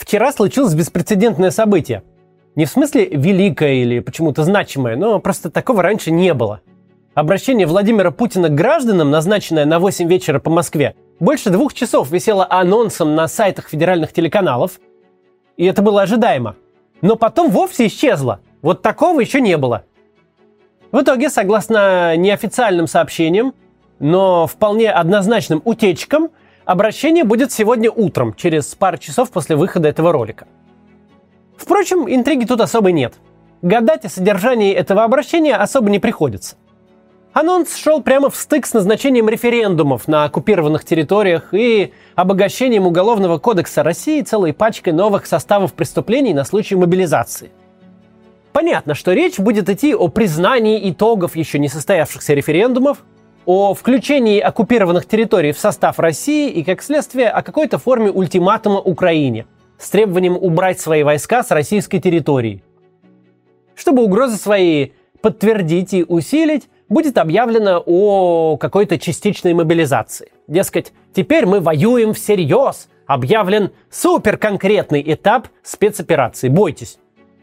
Вчера случилось беспрецедентное событие. Не в смысле великое или почему-то значимое, но просто такого раньше не было. Обращение Владимира Путина к гражданам, назначенное на 8 вечера по Москве, больше 2 часов висело анонсом на сайтах федеральных телеканалов, и это было ожидаемо. Но потом вовсе исчезло. Вот такого еще не было. В итоге, согласно неофициальным сообщениям, но вполне однозначным утечкам, обращение будет сегодня утром, через пару часов после выхода этого ролика. Впрочем, интриги тут особой нет. Гадать о содержании этого обращения особо не приходится. Анонс шел прямо в стык с назначением референдумов на оккупированных территориях и обогащением Уголовного кодекса России целой пачкой новых составов преступлений на случай мобилизации. Понятно, что речь будет идти о признании итогов еще не состоявшихся референдумов, о включении оккупированных территорий в состав России и, как следствие, о какой-то форме ультиматума Украине с требованием убрать свои войска с российской территории. Чтобы угрозы свои подтвердить и усилить, будет объявлено о какой-то частичной мобилизации. Дескать, теперь мы воюем всерьез, объявлен суперконкретный этап спецоперации, бойтесь.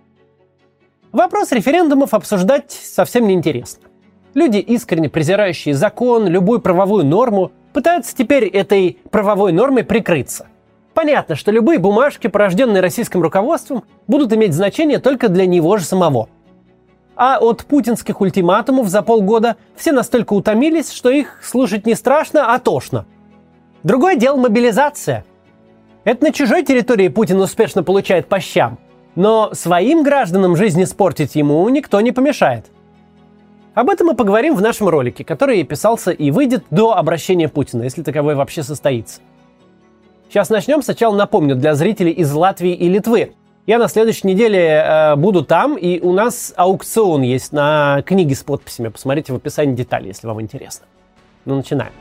Вопрос референдумов обсуждать совсем неинтересно. Люди, искренне презирающие закон, любую правовую норму, пытаются теперь этой правовой нормой прикрыться. Понятно, что любые бумажки, порожденные российским руководством, будут иметь значение только для него же самого. А от путинских ультиматумов за полгода все настолько утомились, что их слушать не страшно, а тошно. Другое дело мобилизация. Это на чужой территории Путин успешно получает по щам, но своим гражданам жизнь испортить ему никто не помешает. Об этом мы поговорим в нашем ролике, который писался и выйдет до обращения Путина, если таковое вообще состоится. Сейчас начнем. Сначала напомню для зрителей из Латвии и Литвы. Я на следующей неделе буду там, и у нас аукцион есть на книги с подписями. Посмотрите в описании детали, если вам интересно. Ну, начинаем.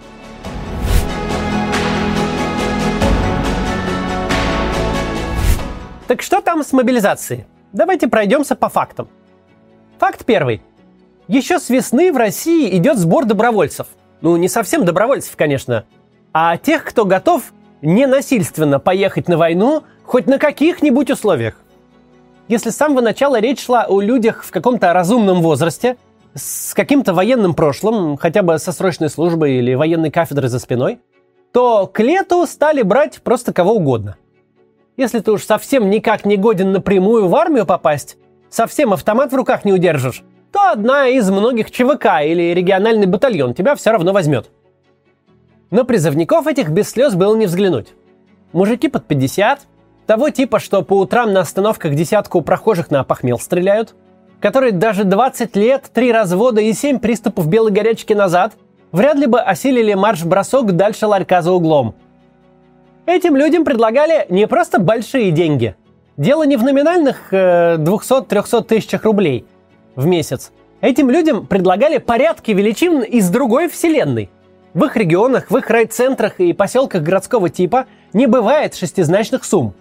Так что там с мобилизацией? Давайте пройдемся по фактам. Факт первый. Еще с весны в России идет сбор добровольцев. Ну, не совсем добровольцев, конечно, а тех, кто готов ненасильственно поехать на войну хоть на каких-нибудь условиях. Если с самого начала речь шла о людях в каком-то разумном возрасте, с каким-то военным прошлым, хотя бы со срочной службой или военной кафедрой за спиной, то к лету стали брать просто кого угодно. Если ты уж совсем никак не годен напрямую в армию попасть, совсем автомат в руках не удержишь, то одна из многих ЧВК или региональный батальон тебя все равно возьмет. Но призывников этих без слез было не взглянуть. Мужики под 50, того типа, что по утрам на остановках десятку прохожих на опохмел стреляют, которые даже 20 лет, 3 развода и 7 приступов белой горячки назад вряд ли бы осилили марш-бросок дальше ларька за углом. Этим людям предлагали не просто большие деньги. Дело не в номинальных 200-300 тысячах рублей в месяц. Этим людям предлагали порядки величин из другой вселенной. В их регионах, в их райцентрах и поселках городского типа не бывает шестизначных сумм.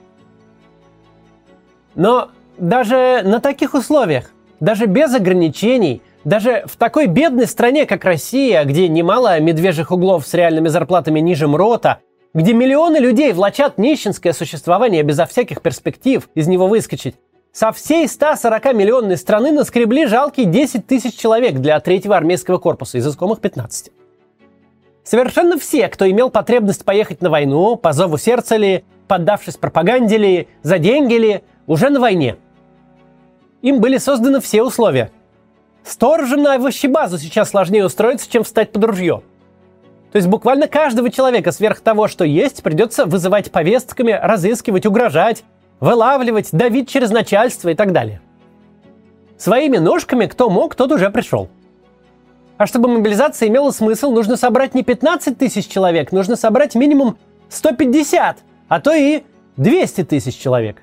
Но даже на таких условиях, даже без ограничений, даже в такой бедной стране, как Россия, где немало медвежьих углов с реальными зарплатами ниже МРОТа, где миллионы людей влачат нищенское существование безо всяких перспектив из него выскочить, со всей 140-миллионной страны наскребли жалкие 10 тысяч человек для 3-го армейского корпуса из искомых 15. Совершенно все, кто имел потребность поехать на войну, по зову сердца ли, поддавшись пропаганде ли, за деньги ли, уже на войне. Им были созданы все условия. Сторожем на овощебазу сейчас сложнее устроиться, чем встать под ружье. То есть буквально каждого человека сверх того, что есть, придется вызывать повестками, разыскивать, угрожать, вылавливать, давить через начальство и так далее. Своими ножками кто мог, тот уже пришел. А чтобы мобилизация имела смысл, нужно собрать не 15 тысяч человек, нужно собрать минимум 150, а то и 200 тысяч человек.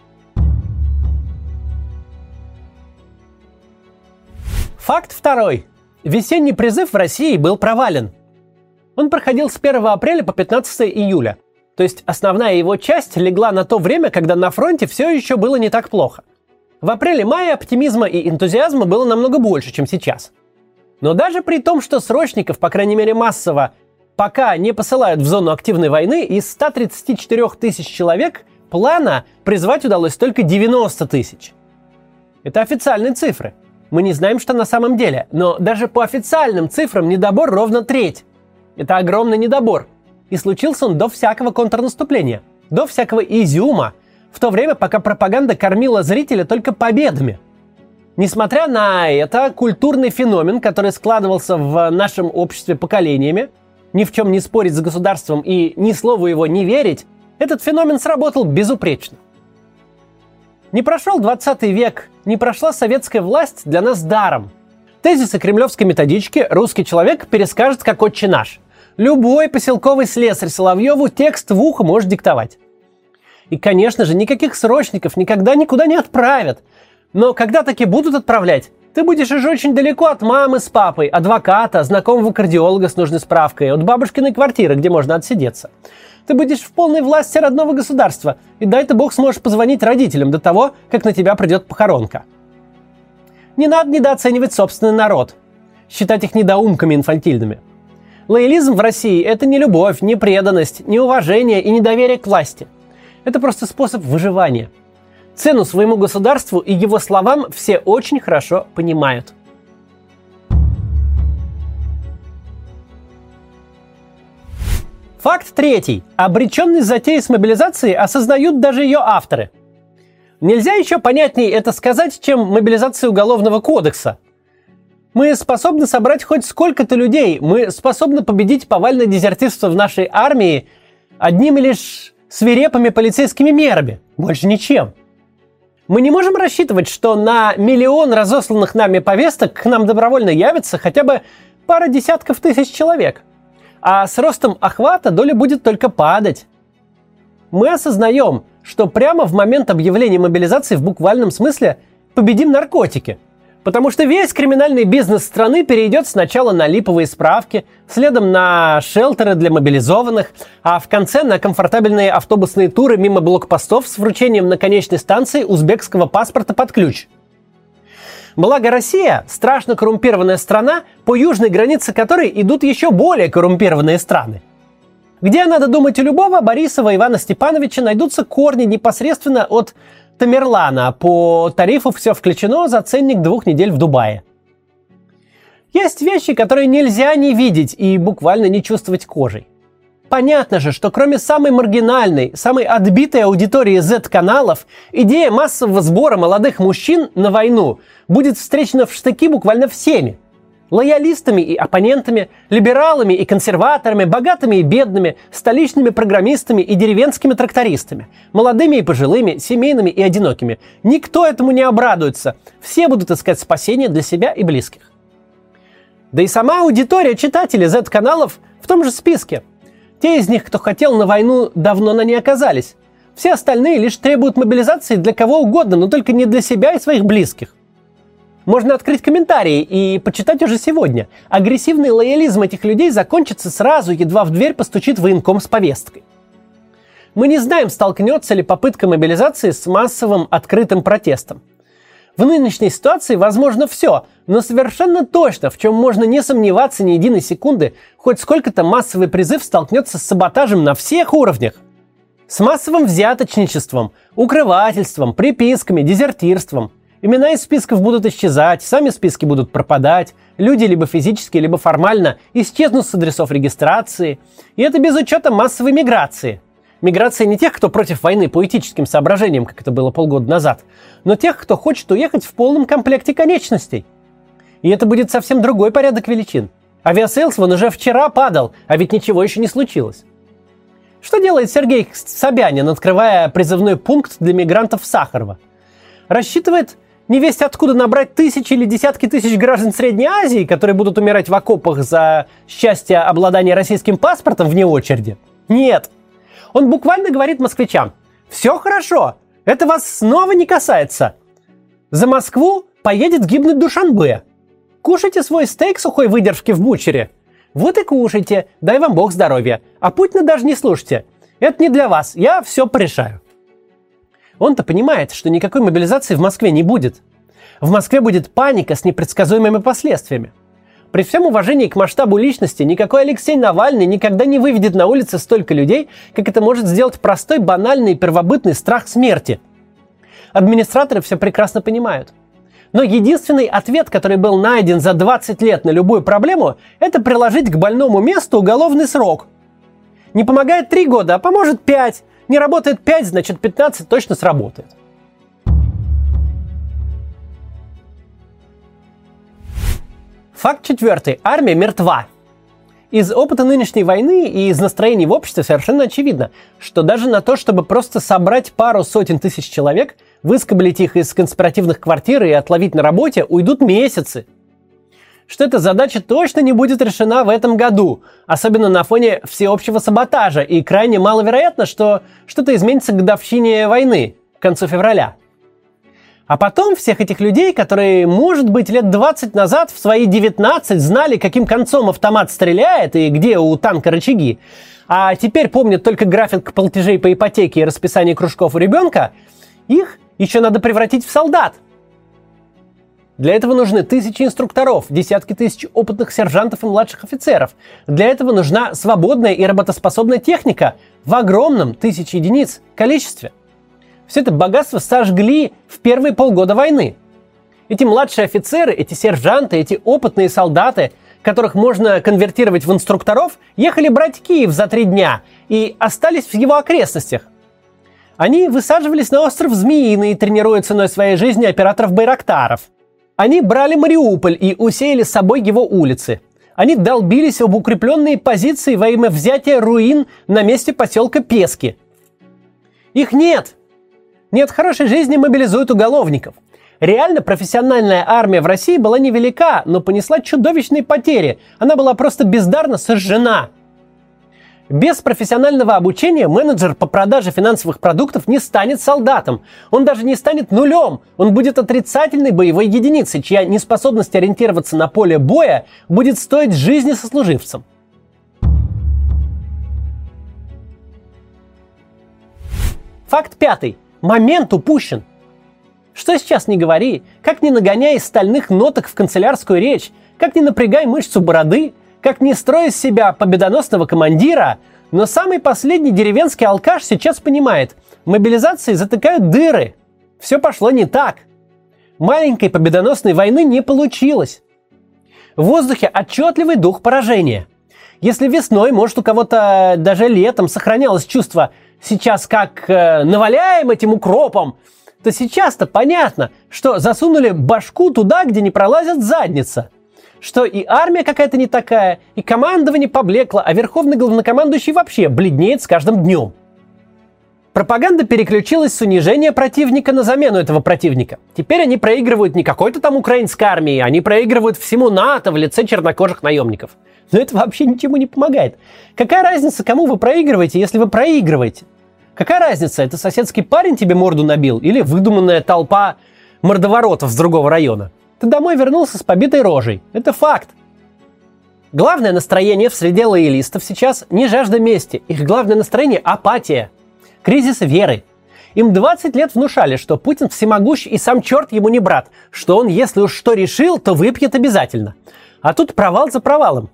Факт второй. Весенний призыв в России был провален. Он проходил с 1 апреля по 15 июля. То есть основная его часть легла на то время, когда на фронте все еще было не так плохо. В апреле-мае оптимизма и энтузиазма было намного больше, чем сейчас. Но даже при том, что срочников, по крайней мере массово, пока не посылают в зону активной войны, из 134 тысяч человек плана призвать удалось только 90 тысяч. Это официальные цифры. Мы не знаем, что на самом деле, но даже по официальным цифрам недобор ровно треть. Это огромный недобор. И случился он до всякого контрнаступления, до всякого изюма, в то время, пока пропаганда кормила зрителя только победами. Несмотря на это, культурный феномен, который складывался в нашем обществе поколениями, ни в чем не спорить с государством и ни слову его не верить, этот феномен сработал безупречно. Не прошел 20 век, не прошла советская власть для нас даром. Тезисы кремлевской методички русский человек перескажет как «Отче наш». Любой поселковый слесарь Соловьеву текст в ухо может диктовать. И, конечно же, никаких срочников никогда никуда не отправят. Но когда таки будут отправлять, ты будешь уже очень далеко от мамы с папой, адвоката, знакомого кардиолога с нужной справкой, от бабушкиной квартиры, где можно отсидеться. Ты будешь в полной власти родного государства, и дай-то бог сможешь позвонить родителям до того, как на тебя придет похоронка. Не надо недооценивать собственный народ, считать их недоумками инфантильными. Лоялизм в России – это не любовь, не преданность, не уважение и недоверие к власти. Это просто способ выживания. Цену своему государству и его словам все очень хорошо понимают. Факт третий. Обреченность затеи с мобилизацией осознают даже ее авторы. Нельзя еще понятнее это сказать, чем мобилизация Уголовного кодекса. Мы способны собрать хоть сколько-то людей, мы способны победить повальное дезертирство в нашей армии одними лишь свирепыми полицейскими мерами, больше ничем. Мы не можем рассчитывать, что на миллион разосланных нами повесток к нам добровольно явится хотя бы пара десятков тысяч человек. А с ростом охвата доля будет только падать. Мы осознаем, что прямо в момент объявления мобилизации в буквальном смысле победим наркотики. Потому что весь криминальный бизнес страны перейдет сначала на липовые справки, следом на шелтеры для мобилизованных, а в конце на комфортабельные автобусные туры мимо блокпостов с вручением на конечной станции узбекского паспорта под ключ. Благо Россия – страшно коррумпированная страна, по южной границе которой идут еще более коррумпированные страны. Где, надо думать, у любого Борисова Ивана Степановича найдутся корни непосредственно от Тамерлана. По тарифу все включено за ценник 2 недель в Дубае. Есть вещи, которые нельзя не видеть и буквально не чувствовать кожей. Понятно же, что кроме самой маргинальной, самой отбитой аудитории Z-каналов, идея массового сбора молодых мужчин на войну будет встречена в штыки буквально всеми. Лоялистами и оппонентами, либералами и консерваторами, богатыми и бедными, столичными программистами и деревенскими трактористами, молодыми и пожилыми, семейными и одинокими. Никто этому не обрадуется. Все будут искать спасения для себя и близких. Да и сама аудитория читателей Z-каналов в том же списке. Те из них, кто хотел на войну, давно на ней оказались. Все остальные лишь требуют мобилизации для кого угодно, но только не для себя и своих близких. Можно открыть комментарии и почитать уже сегодня. Агрессивный лоялизм этих людей закончится сразу, едва в дверь постучит военком с повесткой. Мы не знаем, столкнется ли попытка мобилизации с массовым открытым протестом. В нынешней ситуации возможно все, но совершенно точно, в чем можно не сомневаться ни единой секунды, хоть сколько-то массовый призыв столкнется с саботажем на всех уровнях. С массовым взяточничеством, укрывательством, приписками, дезертирством. Имена из списков будут исчезать, сами списки будут пропадать, люди либо физически, либо формально исчезнут с адресов регистрации. И это без учета массовой миграции. Миграция не тех, кто против войны по этическим соображениям, как это было полгода назад, но тех, кто хочет уехать в полном комплекте конечностей. И это будет совсем другой порядок величин. Авиасейлс вон уже вчера падал, а ведь ничего еще не случилось. Что делает Сергей Собянин, открывая призывной пункт для мигрантов в Сахарово? Рассчитывает невесть откуда набрать тысячи или десятки тысяч граждан Средней Азии, которые будут умирать в окопах за счастье обладания российским паспортом вне очереди? Нет. Он буквально говорит москвичам: все хорошо, это вас снова не касается. За Москву поедет гибнуть Душанбе. Кушайте свой стейк сухой выдержки в бутчере. Вот и кушайте, дай вам бог здоровья. А Путина даже не слушайте. Это не для вас, я все порешаю. Он-то понимает, что никакой мобилизации в Москве не будет. В Москве будет паника с непредсказуемыми последствиями. При всем уважении к масштабу личности, никакой Алексей Навальный никогда не выведет на улицы столько людей, как это может сделать простой, банальный, первобытный страх смерти. Администраторы все прекрасно понимают. Но единственный ответ, который был найден за 20 лет на любую проблему, это приложить к больному месту уголовный срок. Не помогает 3 года, а поможет 5. Не работает 5, значит 15 точно сработает. Факт 4. Армия мертва. Из опыта нынешней войны и из настроений в обществе совершенно очевидно, что даже на то, чтобы просто собрать пару сотен тысяч человек, выскоблить их из конспиративных квартир и отловить на работе, уйдут месяцы. Что эта задача точно не будет решена в этом году, особенно на фоне всеобщего саботажа, и крайне маловероятно, что что-то изменится к годовщине войны, к концу февраля. А потом всех этих людей, которые, может быть, лет 20 назад в свои 19 знали, каким концом автомат стреляет и где у танка рычаги, а теперь помнят только график платежей по ипотеке и расписание кружков у ребенка, их еще надо превратить в солдат. Для этого нужны тысячи инструкторов, десятки тысяч опытных сержантов и младших офицеров. Для этого нужна свободная и работоспособная техника в огромном, 1000 единиц, количестве. Все это богатство сожгли в первые полгода войны. Эти младшие офицеры, эти сержанты, эти опытные солдаты, которых можно конвертировать в инструкторов, ехали брать Киев за 3 дня и остались в его окрестностях. Они высаживались на остров Змеиный, тренируя ценой своей жизни операторов-байрактаров. Они брали Мариуполь и усеяли с собой его улицы. Они долбились об укрепленные позиции во имя взятия руин на месте поселка Пески. Их нет. Нет хорошей жизни мобилизуют уголовников. Реально профессиональная армия в России была невелика, но понесла чудовищные потери. Она была просто бездарно сожжена. Без профессионального обучения менеджер по продаже финансовых продуктов не станет солдатом. Он даже не станет нулем. Он будет отрицательной боевой единицей, чья неспособность ориентироваться на поле боя будет стоить жизни сослуживцам. Факт 5. Момент упущен. Что сейчас не говори, как не нагоняй из стальных ноток в канцелярскую речь, как не напрягай мышцу бороды, как не строй из себя победоносного командира, но самый последний деревенский алкаш сейчас понимает, мобилизации затыкают дыры. Все пошло не так. Маленькой победоносной войны не получилось. В воздухе отчетливый дух поражения. Если весной, может, у кого-то даже летом сохранялось чувство «сейчас как наваляем этим укропом», то сейчас-то понятно, что засунули башку туда, где не пролазит задница. Что и армия какая-то не такая, и командование поблекло, а верховный главнокомандующий вообще бледнеет с каждым днем. Пропаганда переключилась с унижения противника на замену этого противника. Теперь они проигрывают не какой-то там украинской армии, они проигрывают всему НАТО в лице чернокожих наемников. Но это вообще ничему не помогает. Какая разница, кому вы проигрываете, если вы проигрываете? Какая разница, это соседский парень тебе морду набил или выдуманная толпа мордоворотов с другого района? Ты домой вернулся с побитой рожей. Это факт. Главное настроение в среде лоялистов сейчас не жажда мести. Их главное настроение – апатия. Кризис веры. Им 20 лет внушали, что Путин всемогущ и сам черт ему не брат. Что он, если уж что решил, то выпьет обязательно. А тут провал за провалом.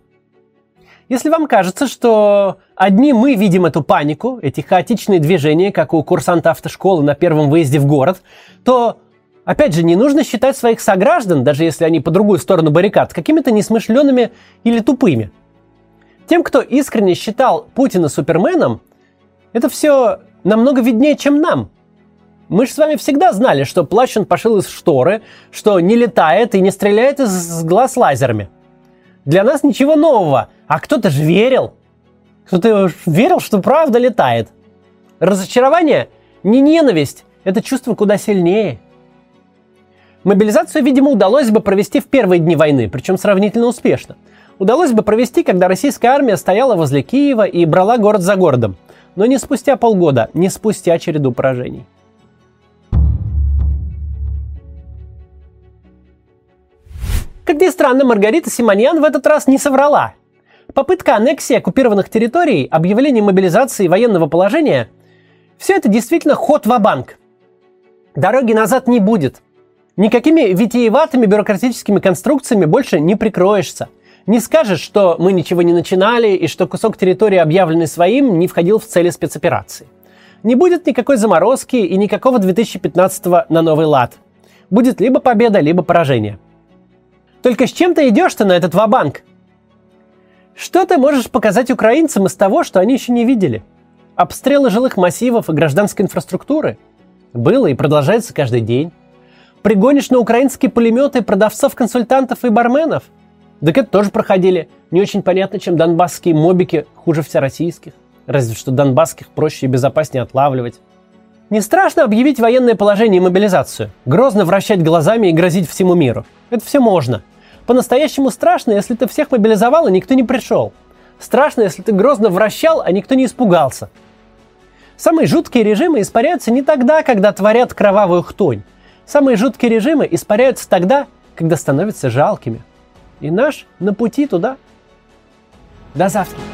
Если вам кажется, что одни мы видим эту панику, эти хаотичные движения, как у курсанта автошколы на первом выезде в город, то, опять же, не нужно считать своих сограждан, даже если они по другую сторону баррикад, какими-то несмышленными или тупыми. Тем, кто искренне считал Путина суперменом, это все намного виднее, чем нам. Мы же с вами всегда знали, что плащ он пошил из шторы, что не летает и не стреляет из глаз лазерами. Для нас ничего нового, а кто-то же верил. Кто-то верил, что правда летает. Разочарование, не ненависть, это чувство куда сильнее. Мобилизацию, видимо, удалось бы провести в первые дни войны, причем сравнительно успешно. Удалось бы провести, когда российская армия стояла возле Киева и брала город за городом. Но не спустя полгода, не спустя череду поражений. Как ни странно, Маргарита Симоньян в этот раз не соврала. Попытка аннексии оккупированных территорий, объявление мобилизации и военного положения – все это действительно ход ва-банк. Дороги назад не будет. Никакими витиеватыми бюрократическими конструкциями больше не прикроешься. Не скажешь, что мы ничего не начинали и что кусок территории, объявленный своим, не входил в цели спецоперации. Не будет никакой заморозки и никакого 2015-го на новый лад. Будет либо победа, либо поражение. Только с чем ты идешь-то на этот ва-банк? Что ты можешь показать украинцам из того, что они еще не видели? Обстрелы жилых массивов и гражданской инфраструктуры? Было и продолжается каждый день. Пригонишь на украинские пулеметы продавцов, консультантов и барменов? Так это тоже проходили. Не очень понятно, чем донбасские мобики хуже всероссийских. Разве что донбасских проще и безопаснее отлавливать. Не страшно объявить военное положение и мобилизацию? Грозно вращать глазами и грозить всему миру? Это все можно. По-настоящему страшно, если ты всех мобилизовал, и никто не пришел. Страшно, если ты грозно вращал, а никто не испугался. Самые жуткие режимы испаряются не тогда, когда творят кровавую хтонь. Самые жуткие режимы испаряются тогда, когда становятся жалкими. И наш на пути туда. До завтра.